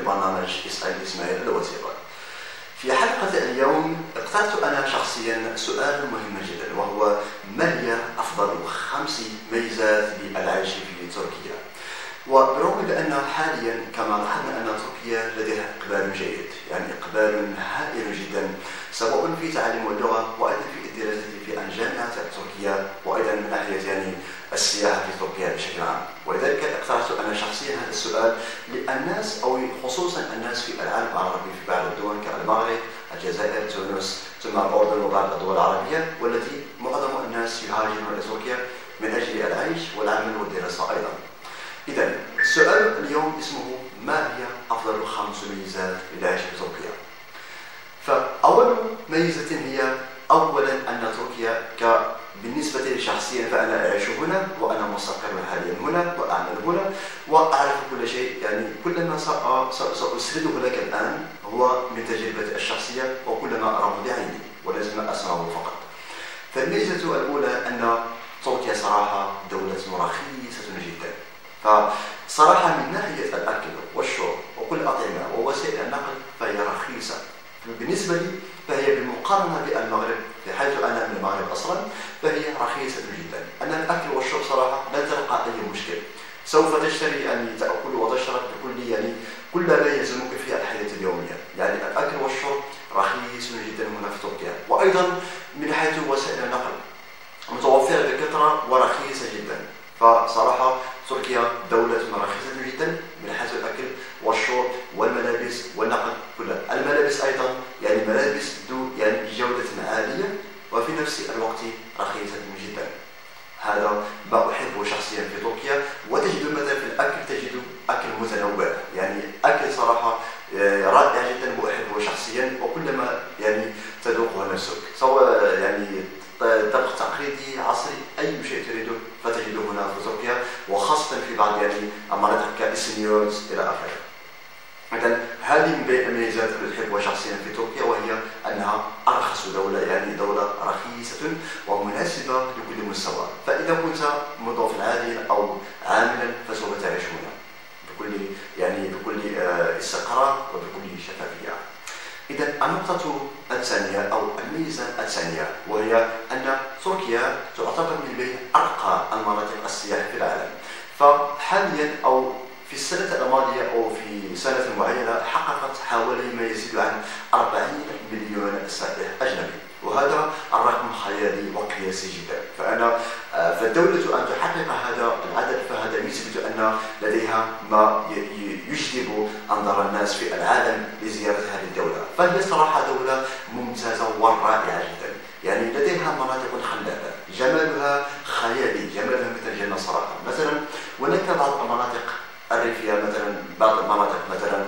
لبرنامج اسأل إسماعيل الوثيقة. في حلقة اليوم اقترحت أنا شخصيا سؤال مهم جدا، وهو ما هي أفضل 5 ميزات للعيش في تركيا؟ وبرغم بأن حاليا كما لاحظنا أن تركيا لديها إقبال جيد، يعني إقبال هائل جدا، سواء في تعلم اللغة وأيضا في الدراسة في الجامعات التركية، وأيضا من ناحية يعني السياحة في تركيا بشكل عام. ولذلك اقترحت أنا شخصيا هذا السؤال للناس، أو خصوصا الناس في العالم العربي في بعض الدول كالمغرب، الجزائر، تونس، ثم الأردن وبعض الدول العربية، والتي معظم الناس يهاجرون إلى تركيا من أجل العيش والعمل والدراسة أيضا. إذا السؤال اليوم اسمه ما هي أفضل 5 ميزات للعيش في تركيا؟ فأول ميزة هي أولا أن تركيا بالنسبة لي شخصيا فأنا أعيش هنا وأنا مستقر حاليا هنا وأعمل هنا وأعرف كل شيء، يعني كل ما سأسرده لك الآن هو من تجربتي الشخصية وكل ما أراه بعيني ولازم أسمعه فقط. فالميزة الأولى أن تركيا صراحة دولة رخيصة جدا، فصراحة من ناحية الأكل والشرب وكل الأطعمة ووسائل النقل فهي رخيصة بالنسبة لي، فهي بالمقارنة بالمغرب بحيث أنا من المغرب أصلا فهي رخيصة جدا. أن الأكل والشرب صراحة لا تلقى أي مشكل، سوف تشتري يعني تأكل وتشرب بكل يعني كل ما يلزمك في الحياة اليومية، يعني الأكل والشرب رخيص جدا هنا في تركيا. وأيضا من حيث وسائل النقل متوفرة بكثرة ورخيصة جدا، فصراحة تركيا دولة رخيصة جدا من حيث الأكل والشرب والملابس والنقل كلها. الملابس أيضا يعني ملابس ذو يعني جودة عالية وفي نفس الوقت رخيصة جدا. هذا ما أحبه شخصيا في تركيا. وتجد مثلا في الأكل تجد أكل متنوع، يعني أكل صراحة رائع جدا وأحبه شخصيا، وكلما يعني تذوقه نفسك سواء يعني طبخ تقليدي عصري أي شيء تريده فتجده هنا في تركيا، وخاصة في بعض يعني المناطق كإسنيوت إلى آخره. إذن هذه من بين الميزات التي أحبها شخصيا في تركيا، وهي أنها أرخص دولة، يعني دولة رخيصة ومناسبة لكل مستوى. فإذا كنت موظفا عاديا أو عاملا فسوف تعيش هنا بكل استقرار وبكل شفافية. إذا النقطة الثانية أو الميزة الثانية وهي أن تركيا تعتبر من بين أرقى المناطق السياحية في العالم. فحاليا أو في السنة الماضية أو في سنة معينة حققت حوالي ما يزيد عن 40 مليون سائح أجنبي، وهذا الرقم خيالي وقياسي جدا. فالدولة أن تحقق هذا العدد فهذا يثبت أن لديها ما يجذب أنظار الناس في العالم لزيارة هذه الدولة. فهي صراحة دولة ممتازة ورائعة جدا، يعني لديها مناطق خلابة جمالها خيالي، جمالها مثل الجنة صراحة. مثلا هناك بعض المناطق الريفية، مثلا بعض المناطق مثلا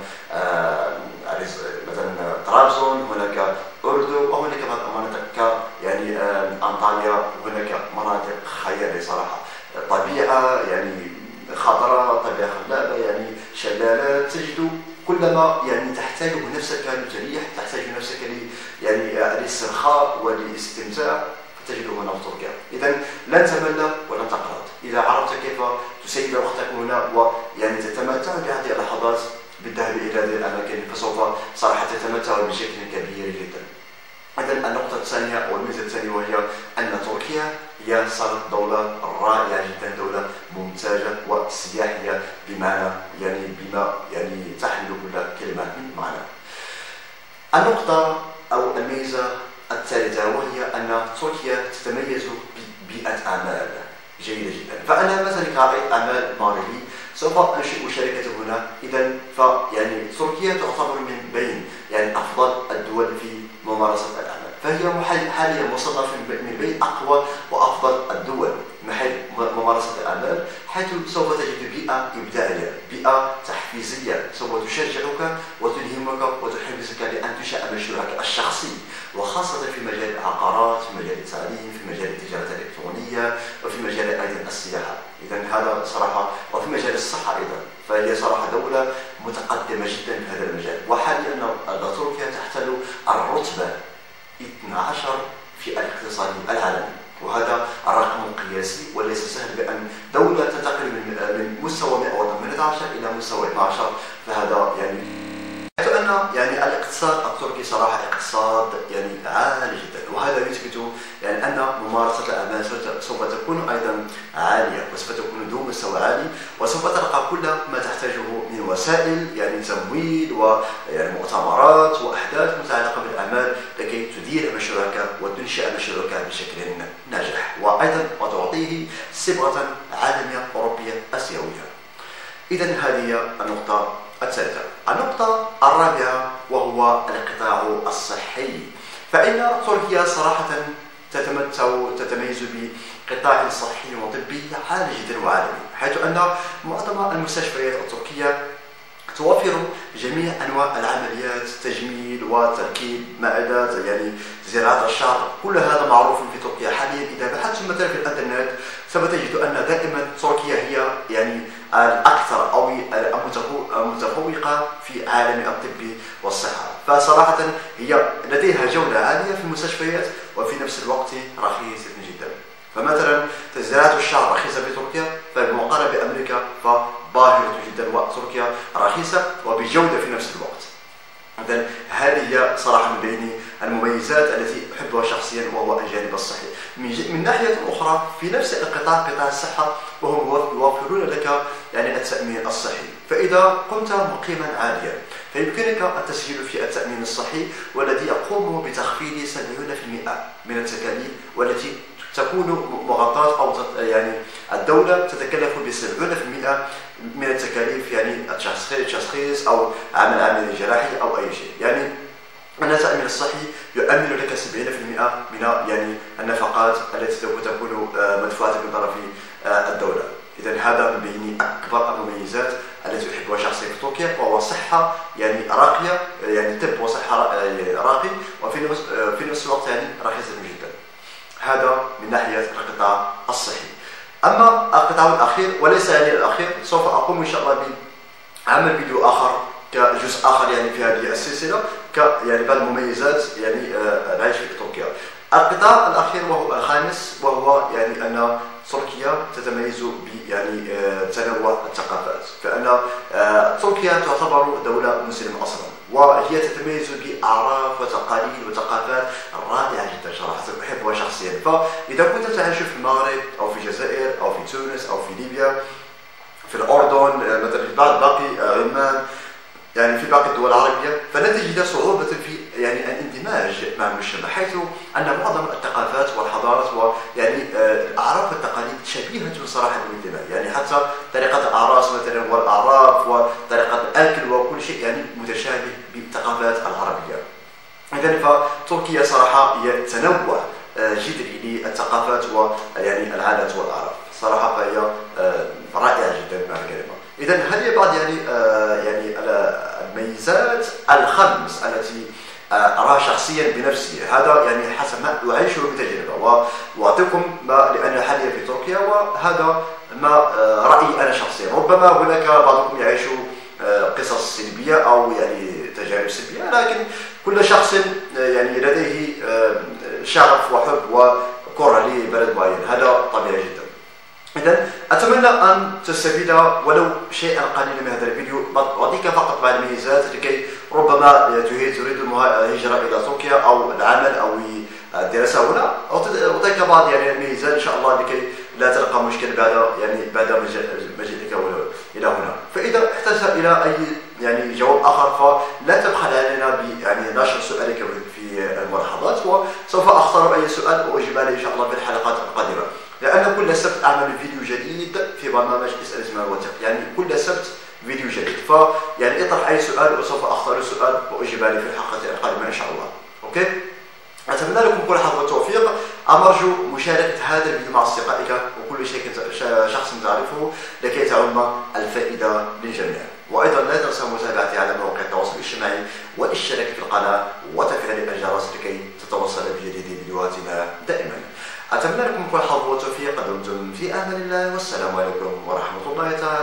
طرابزون، هناك أردو، وهناك بعض المناطق يعني أنطاليا، هناك مناطق خيالية صراحة، طبيعة يعني خضراء، طبيعة خلابة، يعني شلالات، تجد كل ما يعني تحتاجه نفسك لتريح، تحتاج نفسك يعني للاسترخاء والاستمتاع تجده هنا في تركيا. إذن لن تمل ولن تقلق إذا عرفت كيف تسير وقتك هنا ويعني تتمتع بهذه اللحظات بالذهاب إلى هذه الأماكن، فسوف صراحة تتمتع بشكل كبير جدا. إذن النقطة الثانية أو الميزة الثانية وهي أن تركيا هي صارت دولة رائعة جدا، دولة ممتازة وسياحية بما يعني تحمل كل كلمة من معنى. النقطة أو الميزة الثالثة وهي أن تركيا تتميز ببيئة أعمال جيدة جدا. فأنا مثلا كرائد أعمال مغربي سوف أنشئ شركة هنا. إذن فيعني تركيا تعتبر من بين يعني أفضل الدول في ممارسة الأعمال، فهي حاليا مصنفة من بين أقوى وأفضل الدول من حيث ممارسة الأعمال، حيث سوف تجد بيئة إبداعية، بيئة تحفيزية سوف تشجعك وتلهمك وتحفزك لأن تنشأ مشروعك الشخصي، وخاصة في مجال العقارات، في مجال التعليم، في مجال التجارة الإلكترونية، وفي مجال أيضا السياحة. إذن هذا صراحة، وفي مجال الصحة أيضا، فهي صراحة دولة متقدمة جدا في هذا المجال. وحاليا تركيا تحتل الرتبة 12 في الاقتصاد العالمي، وهذا الرقم قياسي وليس سهل بأن دولة تنتقل من مستوى 118 إلى مستوى 12، فهذا يعني يعني الاقتصاد التركي صراحة اقتصاد يعني عالي جدا، وهذا يثبت يعني أن ممارسة الأعمال سوف تكون أيضا عالية، وسوف تكون ذو مستوى عالي، وسوف تلقى كل ما تحتاجه من وسائل يعني تمويل ويعني مؤتمرات وأحداث متعلقة بالأعمال لكي تدير مشروعك وتنشئ مشروعك بشكل ناجح، وأيضا وتعطيه صبغة عالمية أوروبية آسيوية. إذا هذه هي النقطة الثالثة. النقطة الرابعة وهو القطاع الصحي، فإن تركيا صراحة تتميز بقطاع صحي وطبي عالي جدا وعالمي، حيث أن معظم المستشفيات التركية توفر جميع أنواع العمليات، تجميل وتركيب معدات، يعني زراعة الشعر، كل هذا معروف في تركيا حاليا. إذا بحثت مثلا في الإنترنت سوف تجد أن دائما تركيا هي يعني الأكثر أو المتفوقة في عالم الطب والصحة، فصراحة هي لديها جودة عالية في المستشفيات وفي نفس الوقت رخيصة جدا. فمثلا زراعة الشعر رخيصة في تركيا، فبمقارنة بأمريكا فباهرة جدا، وتركيا رخيصة وبجودة في نفس الوقت. إذن هذه هي صراحة من بين المميزات التي أحبها شخصيا، وهو الجانب الصحي. من ناحية أخرى في نفس القطاع، قطاع الصحة، وهم يوفرون لك يعني التأمين الصحي، فإذا قمت مقيما عاليا فيمكنك التسجيل في التأمين الصحي، والذي يقوم بتخفيض 70% من التكاليف، والتي تكون مغطاة أو يعني الدولة تتكلف ب70% من التكاليف، يعني التشخيص أو عمل جراحي أو أي شيء. يعني أن التأمين الصحي يؤمن لك 70% من يعني النفقات التي سوف تكون مدفوعة من طرف الدولة. إذا هذا من بين أكبر المميزات التي أحبها شخصيا في تركيا، وهو صحة يعني راقية، يعني طب وصحة راقي، وفي نفس الوقت يعني رخيصة جدا. هذا من ناحية القطاع الصحي. أما القطاع الأخير وليس يعني الأخير، سوف أقوم إن شاء الله بعمل فيديو آخر كجزء آخر يعني في هذه السلسلة، يعني بعض المميزات يعني العيش في تركيا. القطاع الأخير وهو الخامس، وهو يعني أن تركيا تتميز ب يعني تنوع الثقافات، فإن تركيا تعتبر دولة مسلمة أصلا، وهي تتميز بأعراف وتقاليد وثقافات رائعة جدا صراحة أحبها شخصيا. فإذا كنت تعيش في المغرب أو في الجزائر أو في تونس أو في ليبيا، في الأردن مثلا، في باقي عمان، يعني في باقي الدول العربية، فلن تجد صعوبة في يعني الاندماج مع المجتمع، حيث أن معظم الثقافات والحضارات ويعني الأعراف والتقاليد شبيهة صراحة بالمجتمع، يعني حتى طريقة الأعراس مثلا والأعراف وطريقة الأكل وكل شيء يعني متشابه بالثقافات العربية. إذن فتركيا صراحة هي تنوع جذري للثقافات ويعني العادات والأعراف، صراحة فهي رائعة جدا مع الكلمة. إذن هذه بعض يعني الميزات الخمس التي أراها شخصيا بنفسي، هذا يعني حسب ما أعيشه بتجربة، وأعطيكم ما لأنا حاليا في تركيا، وهذا ما رأيي أنا شخصيا. ربما هناك بعضكم يعيش قصص سلبية أو يعني تجارب سلبية، لكن كل شخص يعني لديه شغف وحب وكره لبلد معين، هذا طبيعي جدا. إذن أتمنى أن تستفيد ولو شيئا قليلا من هذا الفيديو، أعطيك فقط بعض الميزات لكي ربما تريد الهجرة إلى تركيا أو العمل أو الدراسة هنا، أعطيك بعض يعني الميزات إن شاء الله لكي لا تلقى مشكل بعد مجيئك إلى هنا. فإذا احتجت إلى أي يعني جواب آخر فلا تبخل علينا يعني نشر سؤالك في الملاحظات، وسوف أختار أي سؤال وأجيب عليه إن شاء الله في الحلقات القادمة، لأن كل سبت أعمل فيديو جديد في برنامج اسأل اسماعيل وثيق، يعني كل سبت فيديو جديد، فيعني اطرح أي سؤال وسوف أختار السؤال وأجيب عليه في الحلقة القادمة إن شاء الله. أوكي؟ أتمنى لكم كل حظ والتوفيق. أرجو مشاركة هذا الفيديو مع أصدقائك وكل شخص تعرفه لكي تعم الفائدة للجميع. وأيضا لا تنسوا متابعتي على مواقع التواصل الاجتماعي والاشتراك في القناة وتفعيل الجرس لكي تتوصل بجديد فيديوهاتنا دائما. أتمنى لكم كل حظ والتوفيق. دمتم في أمان الله، والسلام عليكم ورحمة الله تعالى